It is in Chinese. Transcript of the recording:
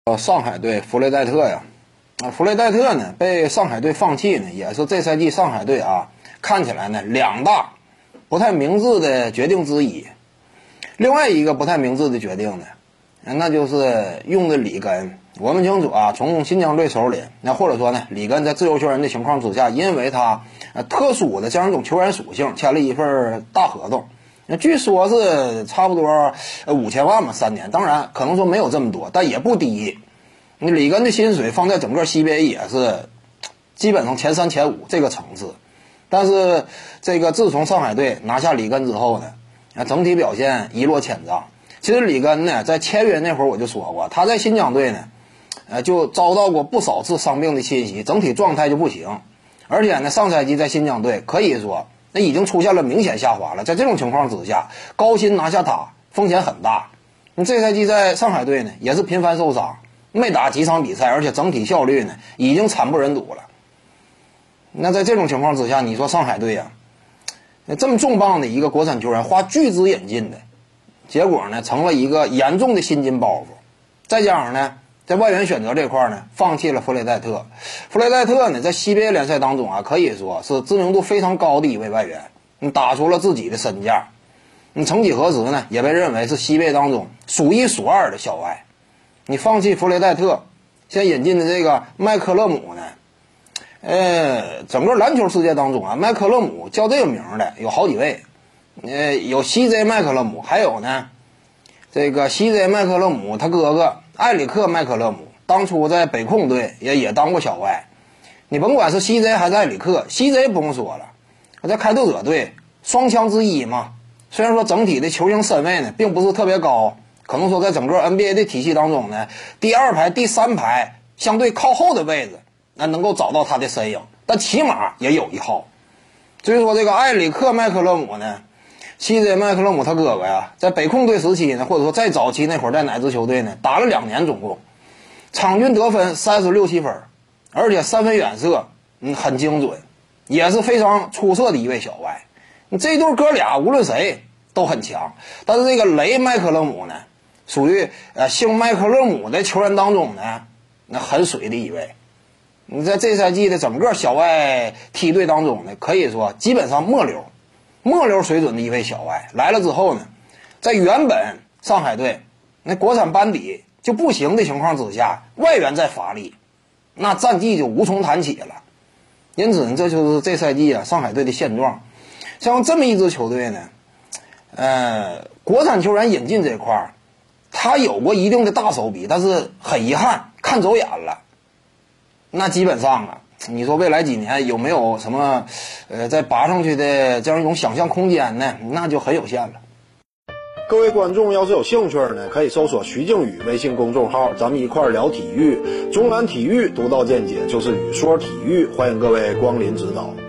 上海队弗雷戴特呀，弗雷戴特呢被上海队放弃呢，也是这赛季上海队看起来呢两大不太明智的决定之一。另外一个不太明智的决定呢，那就是用的里根。我们清楚从新疆队手里，那或者说呢，里根在自由球员的情况之下，因为他特殊的这样一种球员属性，签了一份大合同。那据说是差不多5000万嘛，3年，当然可能说没有这么多，但也不低。你里根的薪水放在整个CBA也是基本上前3前5这个层次。但是这个自从上海队拿下里根之后呢，整体表现一落千丈。其实里根呢在签约那会儿我就说过，他在新疆队呢就遭到过不少次伤病的侵袭，整体状态就不行。而且呢上赛季在新疆队可以说那已经出现了明显下滑了。在这种情况之下，高薪拿下他风险很大。这赛季在上海队呢也是频繁受伤，没打几场比赛，而且整体效率呢已经惨不忍睹了。那在这种情况之下，你说上海队这么重磅的一个国产球员花巨资引进的，结果呢成了一个严重的薪金包袱。再加上呢在外援选择这块呢放弃了弗雷戴特。弗雷戴特呢在 CBA 联赛当中可以说是知名度非常高的一位外援，打出了自己的身价。曾几何时呢也被认为是 CBA 当中数1数2的小外。你放弃弗雷戴特，现在引进的这个麦克勒姆呢，整个篮球世界当中麦克勒姆叫这个名的有好几位，有 CJ 麦克勒姆，还有呢这个 CJ 麦克勒姆他哥哥埃里克麦克勒姆，当初在北控队也当过小外。你甭管是 CJ 还是埃里克， CJ 不用说了，在开拓者队双枪之一嘛，虽然说整体的球星身位呢并不是特别高，可能说在整个 NBA 的体系当中呢，第2排第3排相对靠后的位置能够找到他的身影，但起码也有一号。所以说这个埃里克麦克勒姆呢，CJ 麦克勒姆他哥哥在北控队时期呢，或者说在早期那会儿在哪支球队呢打了2年，总共场均得分36、7分，而且3分远射很精准，也是非常出色的一位小外。这对哥俩无论谁都很强。但是这个雷麦克勒姆呢属于姓麦克勒姆的球员当中呢那很水的一位。你在这赛季的整个小外梯队当中呢，可以说基本上末流水准的一位小外来了之后呢，在原本上海队那国产班底就不行的情况之下，外援再发力，那战绩就无从谈起了。因此这就是这赛季上海队的现状。像这么一支球队呢，国产球员引进这块他有过一定的大手笔，但是很遗憾看走眼了。那基本上你说未来几年有没有什么再拔上去的这样一种想象空间呢？那就很有限了。 各位观众要是有兴趣呢，可以搜索徐静宇微信公众号，咱们一块聊体育。中南体育独到见解就是语说体育，欢迎各位光临指导。